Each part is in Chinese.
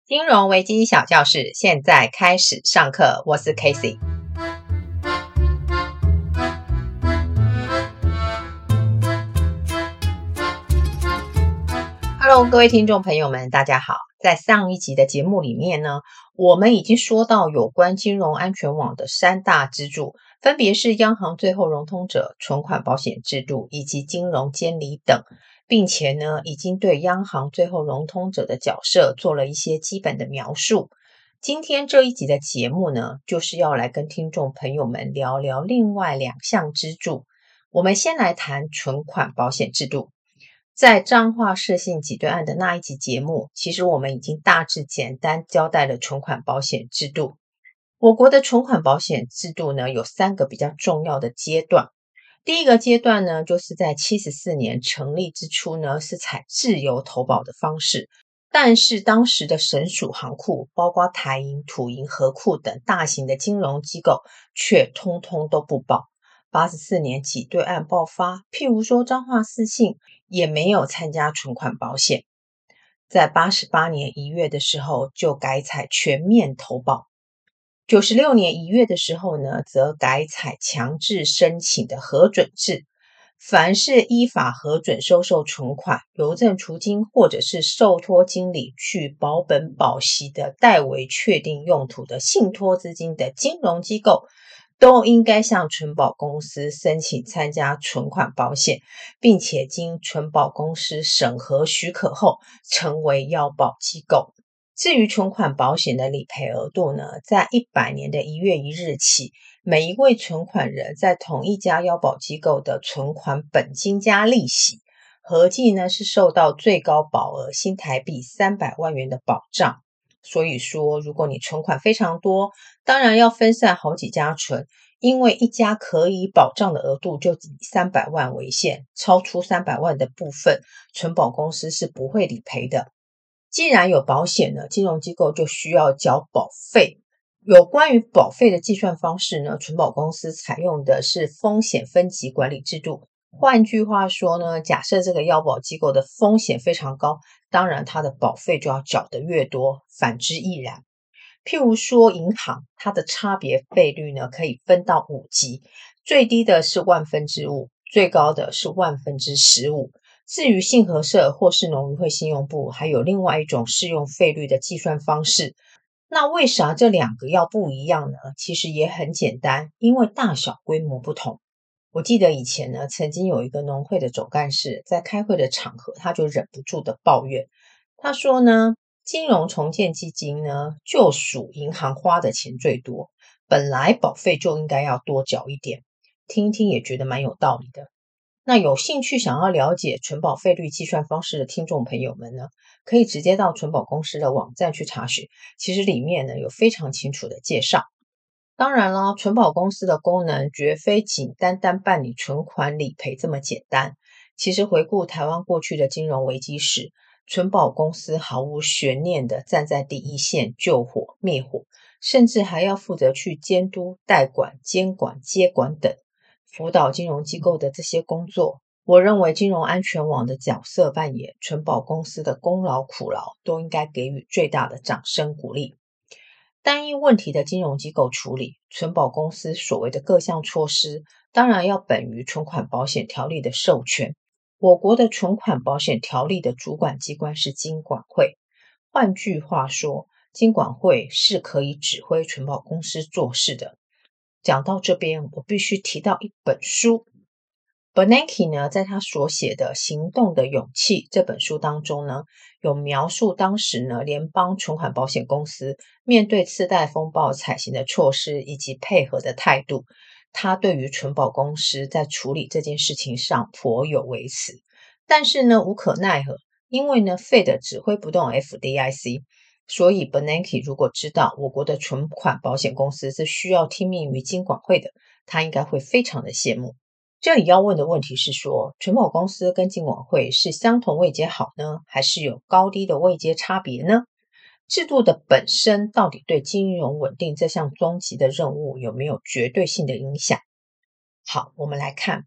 金融危机小教室现在开始上课，我是 Casey。Hello， 各位听众朋友们，大家好。在上一集的节目里面呢，我们已经说到有关金融安全网的三大支柱，分别是央行最后融通者、存款保险制度以及金融监理等，并且呢，已经对央行最后融通者的角色做了一些基本的描述。今天这一集的节目呢，就是要来跟听众朋友们聊聊另外两项支柱。我们先来谈存款保险制度。在彰化市信挤兑案的那一集节目，其实我们已经大致简单交代了存款保险制度。我国的存款保险制度呢，有三个比较重要的阶段。第一个阶段呢，就是在74年成立之初呢，是采自由投保的方式，但是当时的省属行库，包括台银、土银、合库等大型的金融机构，却通通都不保。84年挤兑案爆发，譬如说彰化市信也没有参加存款保险。在88年1月的时候就改采全面投保。96年1月的时候呢，则改采强制申请的核准制。凡是依法核准收受存款、邮政储金或者是受托经理去保本保息的代为确定用途的信托资金的金融机构，都应该向存保公司申请参加存款保险，并且经存保公司审核许可后成为要保机构。至于存款保险的理赔额度呢，在100年的1月1日起，每一位存款人在同一家要保机构的存款本金加利息，合计呢是受到最高保额新台币300万元的保障。所以说，如果你存款非常多，当然要分散好几家存，因为一家可以保障的额度就以300万为限，超出300万的部分，存保公司是不会理赔的。既然有保险呢，金融机构就需要缴保费。有关于保费的计算方式呢，存保公司采用的是风险分级管理制度。换句话说呢，假设这个要保机构的风险非常高，当然它的保费就要缴得越多，反之亦然。譬如说银行，它的差别费率呢可以分到5级，最低的是5/1000，最高的是15/15。至于信合社或是农渔会信用部，还有另外一种适用费率的计算方式。那为啥这两个要不一样呢？其实也很简单，因为大小规模不同。我记得以前呢，曾经有一个农会的总干事在开会的场合，他就忍不住的抱怨，他说呢，金融重建基金呢，就属银行花的钱最多，本来保费就应该要多缴一点。听一听也觉得蛮有道理的。那有兴趣想要了解存保费率计算方式的听众朋友们呢，可以直接到存保公司的网站去查询，其实里面呢有非常清楚的介绍。当然了，存保公司的功能绝非仅单单办理存款理赔这么简单。其实回顾台湾过去的金融危机时，存保公司毫无悬念地站在第一线救火灭火，甚至还要负责去监督、代管、监管、接管等辅导金融机构的这些工作。我认为金融安全网的角色扮演，存保公司的功劳苦劳都应该给予最大的掌声鼓励。单一问题的金融机构处理，存保公司所谓的各项措施，当然要本于存款保险条例的授权。我国的存款保险条例的主管机关是金管会，换句话说，金管会是可以指挥存保公司做事的。讲到这边，我必须提到一本书。Bernanke 呢，在他所写的《行动的勇气》这本书当中呢，有描述当时呢，联邦存款保险公司面对次贷风暴采行的措施以及配合的态度。他对于存保公司在处理这件事情上颇有微词，但是呢，无可奈何，因为呢 Fed 指挥不动 FDIC， 所以 Bernanke 如果知道我国的存款保险公司是需要听命于金管会的，他应该会非常的羡慕。这里要问的问题是说，存保公司跟金管会是相同位阶好呢，还是有高低的位阶差别呢？制度的本身到底对金融稳定这项终极的任务有没有绝对性的影响？好，我们来看，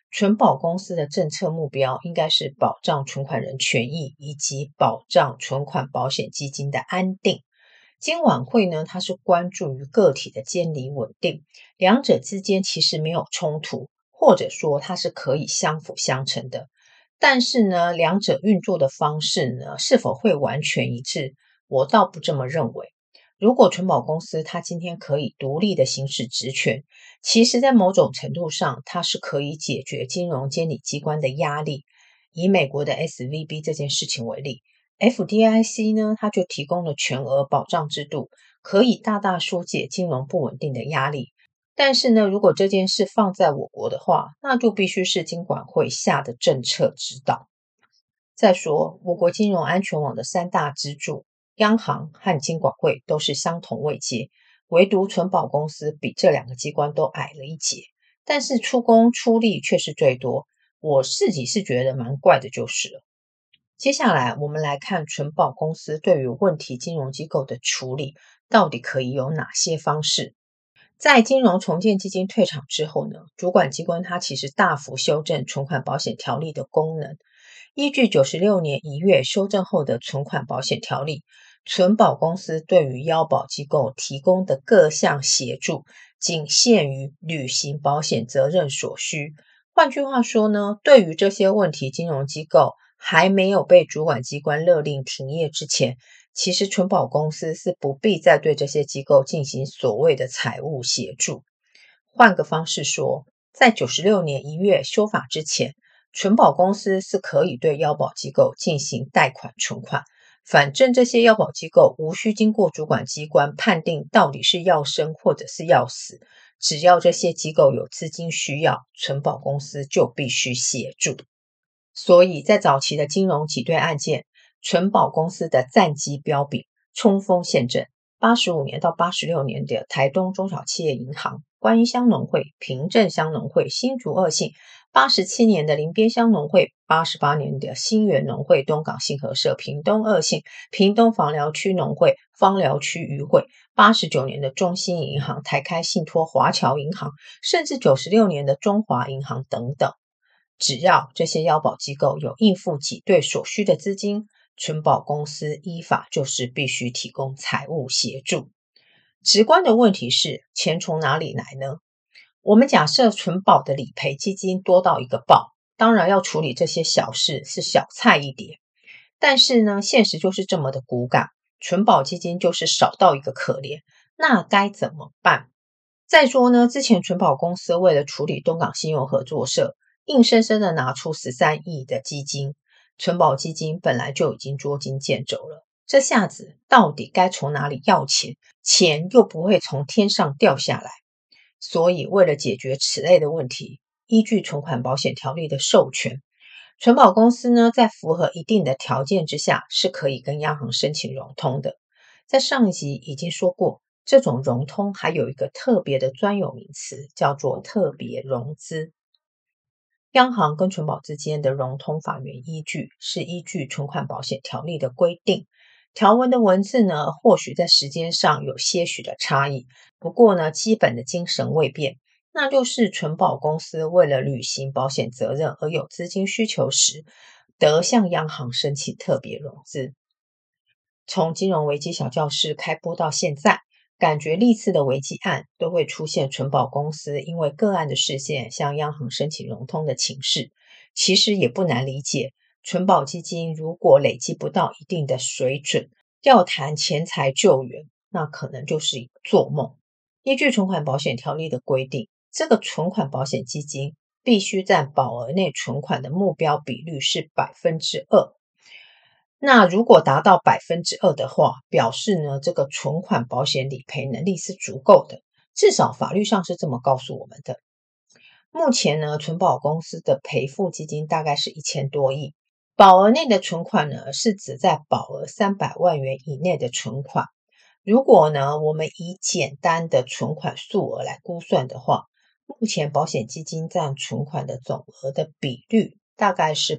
存保公司的政策目标应该是保障存款人权益以及保障存款保险基金的安定。金管会呢，它是关注于个体的监理稳定，两者之间其实没有冲突，或者说它是可以相辅相成的。但是呢，两者运作的方式呢，是否会完全一致，我倒不这么认为。如果存保公司它今天可以独立的行使职权，其实在某种程度上，它是可以解决金融监理机关的压力。以美国的 SVB 这件事情为例，FDIC 呢，它就提供了全额保障制度，可以大大疏解金融不稳定的压力。但是呢，如果这件事放在我国的话，那就必须是金管会下的政策指导。再说，我国金融安全网的三大支柱，央行和金管会都是相同位阶，唯独存保公司比这两个机关都矮了一截，但是出工出力却是最多。我自己是觉得蛮怪的，就是了。接下来我们来看存保公司对于问题金融机构的处理，到底可以有哪些方式？在金融重建基金退场之后呢，主管机关它其实大幅修正存款保险条例的功能。依据96年1月修正后的存款保险条例，存保公司对于要保机构提供的各项协助，仅限于履行保险责任所需。换句话说呢，对于这些问题金融机构还没有被主管机关勒令停业之前，其实存保公司是不必再对这些机构进行所谓的财务协助。换个方式说，在96年1月修法之前，存保公司是可以对要保机构进行贷款存款，反正这些要保机构无需经过主管机关判定到底是要生或者是要死，只要这些机构有资金需要，存保公司就必须协助。所以在早期的金融挤兑案件，存保公司的战绩彪炳，冲锋陷阵。85年到86年的台东中小企业银行、观音乡农会、平镇乡农会、新竹二信；87年的林边乡农会；88年的新园农会、东港信合社、屏东二信、屏东枋寮区农会、枋寮区渔会；89年的中兴银行、台开信托、华侨银行，甚至96年的中华银行等等。只要这些要保机构有应付挤兑所需的资金，存保公司依法就是必须提供财务协助。直观的问题是，钱从哪里来呢？我们假设存保的理赔基金多到一个爆，当然要处理这些小事是小菜一碟。但是呢，现实就是这么的骨感，存保基金就是少到一个可怜，那该怎么办？再说呢，之前存保公司为了处理东港信用合作社，硬生生的拿出13亿的基金，存保基金本来就已经捉襟见肘了，这下子到底该从哪里要钱？钱又不会从天上掉下来。所以为了解决此类的问题，依据存款保险条例的授权，存保公司呢，在符合一定的条件之下，是可以跟央行申请融通的。在上一集已经说过，这种融通还有一个特别的专有名词，叫做特别融资。央行跟存保之间的融通法源依据是依据存款保险条例的规定，条文的文字呢，或许在时间上有些许的差异，不过呢，基本的精神未变，那就是存保公司为了履行保险责任而有资金需求时，得向央行申请特别融资。从金融危机小教室开播到现在，感觉历次的危机案都会出现存保公司因为个案的事件向央行申请融通的情势。其实也不难理解，存保基金如果累积不到一定的水准，要谈钱财救援，那可能就是一个做梦。依据存款保险条例的规定，这个存款保险基金必须占保额内存款的目标比率是 2%。那如果达到 2% 的话，表示呢，这个存款保险理赔能力是足够的，至少法律上是这么告诉我们的。目前呢，存保公司的赔付基金大概是1000多亿，保额内的存款呢，是指在保额300万元以内的存款。如果呢，我们以简单的存款数额来估算的话，目前保险基金占存款的总额的比率大概是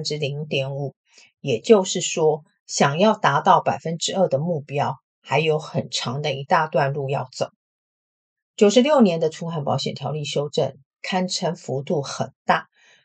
0.5%。也就是说，想要达到 2% 的目标，还有很长的一大段路要走。96年的存款保险条例修正，堪称幅度很大，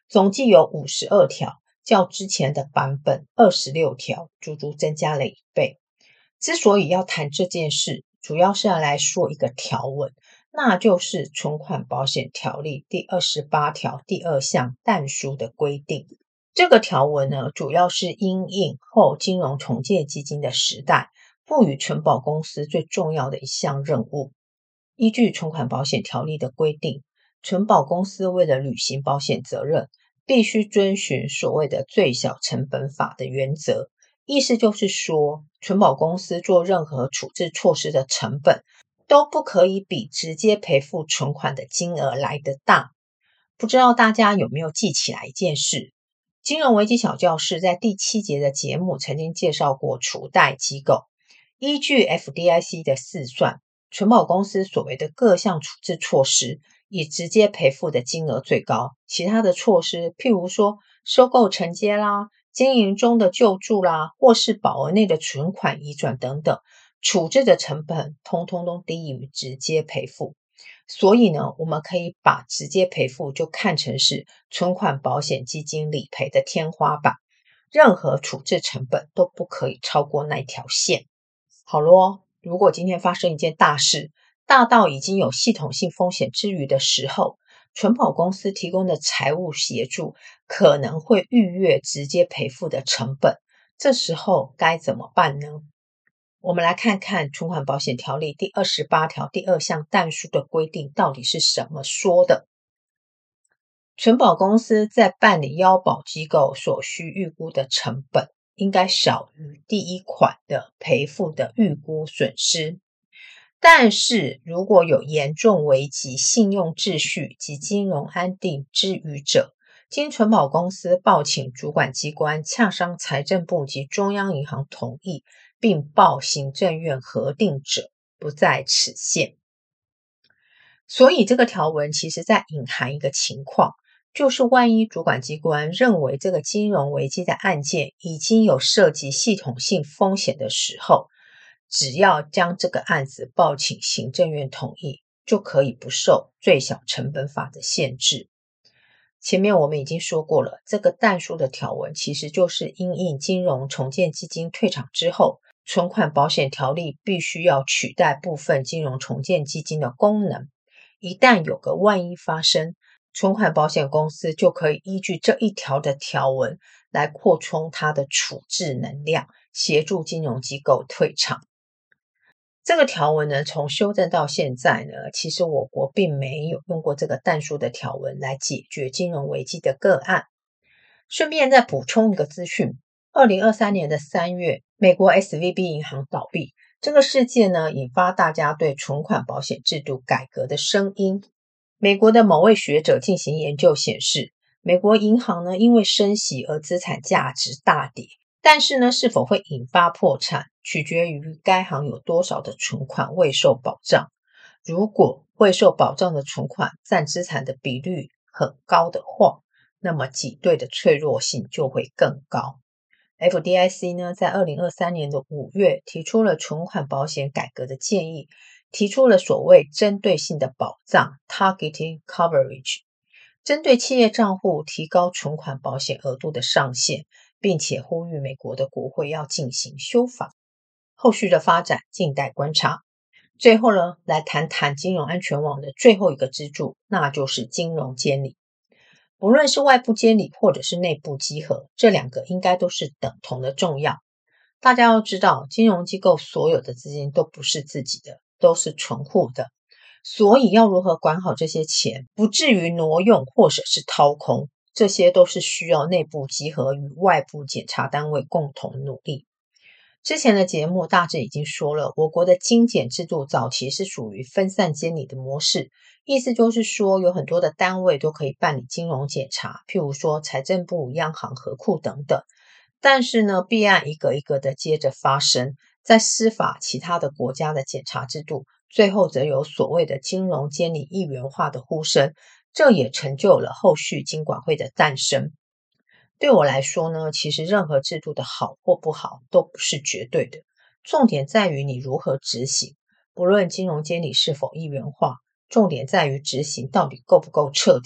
总计有52条，较之前的版本26条，足足增加了1倍。之所以要谈这件事，主要是要来说一个条文，那就是存款保险条例第28条第2项但书的规定。这个条文呢，主要是因应后金融重建基金的时代，赋予存保公司最重要的一项任务。依据存款保险条例的规定，存保公司为了履行保险责任，必须遵循所谓的最小成本法的原则。意思就是说，存保公司做任何处置措施的成本都不可以比直接赔付存款的金额来得大。不知道大家有没有记起来一件事，金融危机小教室在第7节的节目曾经介绍过储贷机构。依据 FDIC 的试算，存保公司所谓的各项处置措施，以直接赔付的金额最高，其他的措施譬如说收购承接啦、经营中的救助啦，或是保额内的存款移转等等，处置的成本通通都低于直接赔付。所以呢，我们可以把直接赔付就看成是存款保险基金理赔的天花板，任何处置成本都不可以超过那条线。好咯，如果今天发生一件大事，大到已经有系统性风险之余的时候，存保公司提供的财务协助可能会逾越直接赔付的成本，这时候该怎么办呢？我们来看看存款保险条例第28条第2项但书的规定到底是什么说的。存保公司在办理要保机构所需预估的成本，应该少于第一款的赔付的预估损失。但是如果有严重危及信用秩序及金融安定之余者，经存保公司报请主管机关洽商财政部及中央银行同意，并报行政院核定者，不在此限。所以这个条文其实在隐含一个情况，就是万一主管机关认为这个金融危机的案件已经有涉及系统性风险的时候，只要将这个案子报请行政院同意，就可以不受最小成本法的限制。前面我们已经说过了，这个但书的条文其实就是因应金融重建基金退场之后，存款保险条例必须要取代部分金融重建基金的功能。一旦有个万一发生，存款保险公司就可以依据这一条的条文来扩充它的处置能量，协助金融机构退场。这个条文呢，从修正到现在呢，其实我国并没有用过这个但书的条文来解决金融危机的个案。顺便再补充一个资讯，2023年的3月，美国 SVB 银行倒闭，这个事件呢，引发大家对存款保险制度改革的声音。美国的某位学者进行研究显示，美国银行呢，因为升息而资产价值大跌，但是呢，是否会引发破产，取决于该行有多少的存款未受保障。如果未受保障的存款占资产的比率很高的话，那么挤兑的脆弱性就会更高。FDIC 呢，在2023年的5月提出了存款保险改革的建议，提出了所谓针对性的保障 Targeting Coverage， 针对企业账户提高存款保险额度的上限，并且呼吁美国的国会要进行修法。后续的发展静待观察。最后呢，来谈谈金融安全网的最后一个支柱，那就是金融监理。不论是外部监理或者是内部稽核，这两个应该都是等同的重要。大家要知道，金融机构所有的资金都不是自己的，都是存户的，所以要如何管好这些钱，不至于挪用或者是掏空，这些都是需要内部稽核与外部检查单位共同努力。之前的节目大致已经说了，我国的金检制度早期是属于分散监理的模式，意思就是说有很多的单位都可以办理金融检查，譬如说财政部、央行、合库等等。但是呢，弊案一个一个的接着发生，在司法其他的国家的检查制度，最后则有所谓的金融监理一元化的呼声，这也成就了后续金管会的诞生。对我来说呢，其实任何制度的好或不好都不是绝对的，重点在于你如何执行。不论金融监理是否一元化，重点在于执行到底够不够彻底，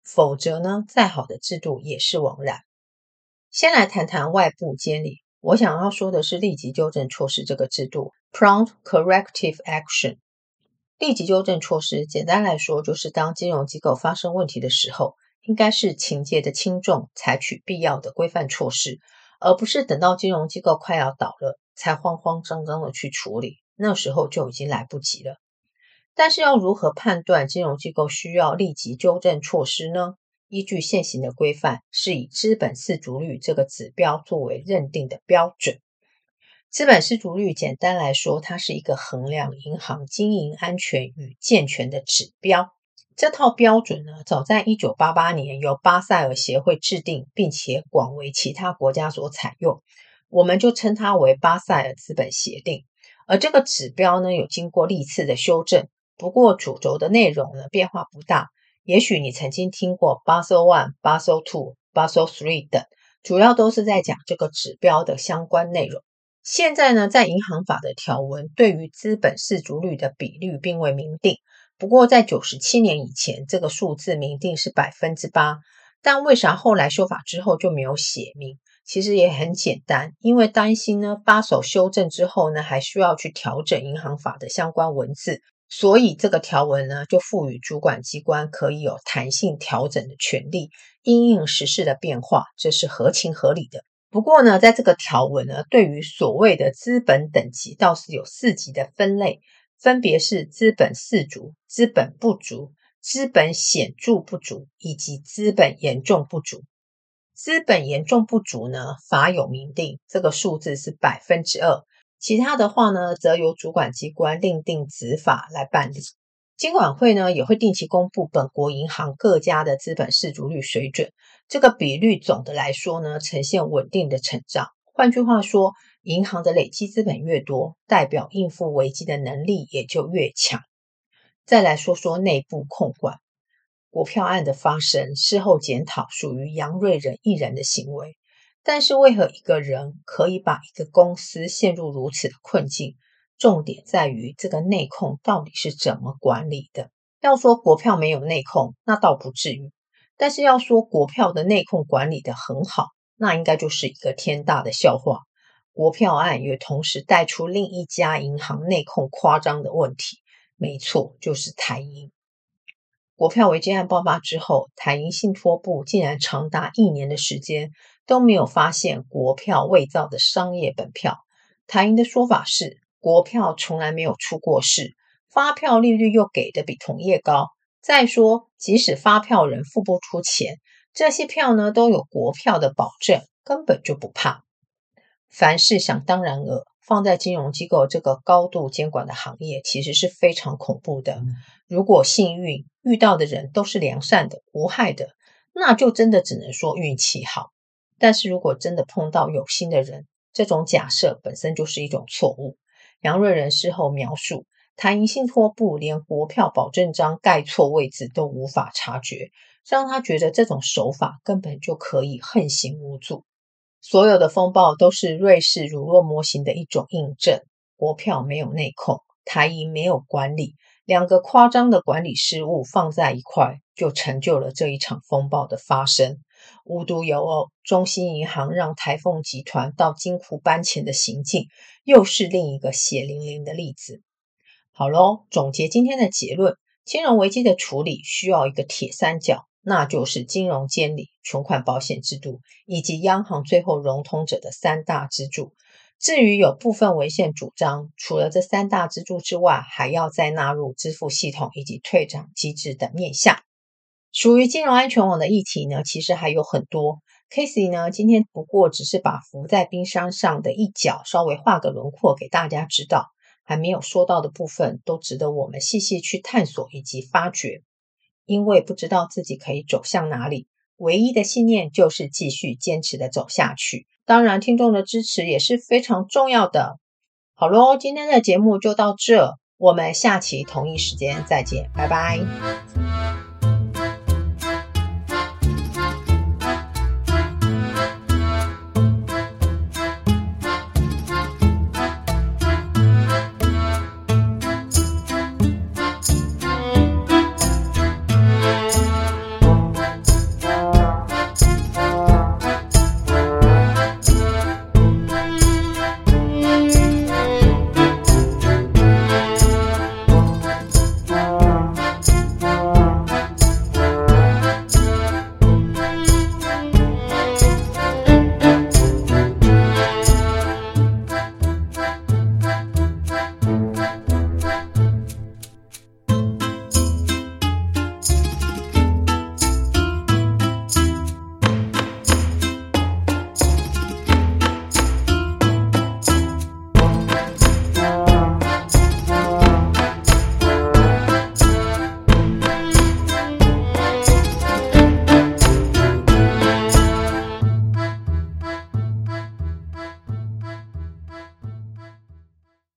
否则呢，再好的制度也是枉然。先来谈谈外部监理，我想要说的是立即纠正措施这个制度 Prompt Corrective Action。 立即纠正措施简单来说，就是当金融机构发生问题的时候，应该是情节的轻重采取必要的规范措施，而不是等到金融机构快要倒了才慌慌张张的去处理，那时候就已经来不及了。但是要如何判断金融机构需要立即纠正措施呢？依据现行的规范，是以资本适足率这个指标作为认定的标准。资本适足率简单来说，它是一个衡量银行经营安全与健全的指标。这套标准呢，早在1988年由巴塞尔协会制定，并且广为其他国家所采用，我们就称它为巴塞尔资本协定。而这个指标呢，有经过历次的修正，不过主轴的内容呢变化不大。也许你曾经听过 Basel I、Basel II、Basel III 等，主要都是在讲这个指标的相关内容。现在呢，在银行法的条文对于资本适足率的比率并未明定，不过在97年以前，这个数字明定是 8%， 但为啥后来修法之后就没有写明？其实也很简单，因为担心呢，八手修正之后呢，还需要去调整银行法的相关文字，所以这个条文呢，就赋予主管机关可以有弹性调整的权利，因应时事的变化，这是合情合理的。不过呢，在这个条文呢，对于所谓的资本等级倒是有4级的分类，分别是资本适足、资本不足、资本显著不足以及资本严重不足。资本严重不足呢，法有明定，这个数字是 2%， 其他的话呢，则由主管机关另定子法来办理。金管会呢，也会定期公布本国银行各家的资本适足率水准，这个比率总的来说呢，呈现稳定的成长。换句话说，银行的累积资本越多，代表应付危机的能力也就越强。再来说说内部控管。国票案的发生，事后检讨属于杨瑞仁一人的行为，但是为何一个人可以把一个公司陷入如此的困境？重点在于这个内控到底是怎么管理的。要说国票没有内控，那倒不至于，但是要说国票的内控管理的很好，那应该就是一个天大的笑话。国票案也同时带出另一家银行内控夸张的问题，没错，就是台银。国票危机案爆发之后，台银信托部竟然长达1年的时间都没有发现国票伪造的商业本票。台银的说法是，国票从来没有出过事，发票利率又给的比同业高。再说，即使发票人付不出钱，这些票呢都有国票的保证，根本就不怕。凡事想当然尔，放在金融机构这个高度监管的行业，其实是非常恐怖的。如果幸运遇到的人都是良善的、无害的，那就真的只能说运气好。但是如果真的碰到有心的人，这种假设本身就是一种错误。杨瑞仁事后描述，台银信托部连国票保证章盖错位置都无法察觉，让他觉得这种手法根本就可以横行无阻。所有的风暴都是瑞士乳酪模型的一种印证。国票没有内控，台银没有管理，两个夸张的管理失误放在一块，就成就了这一场风暴的发生。无独有偶，中兴银行让台凤集团到金库搬钱的行径，又是另一个血淋淋的例子。好咯，总结今天的结论，金融危机的处理需要一个铁三角，那就是金融监理、存款保险制度以及央行最后融通者的3大支柱。至于有部分违宪主张，除了这3大支柱之外，还要再纳入支付系统以及退场机制等面向。属于金融安全网的议题呢，其实还有很多。Casey 呢，今天不过只是把浮在冰山上的一角稍微画个轮廓给大家知道，还没有说到的部分都值得我们细细去探索以及发掘。因为不知道自己可以走向哪里，唯一的信念就是继续坚持的走下去。当然，听众的支持也是非常重要的。好咯，今天的节目就到这，我们下期同一时间再见，拜拜。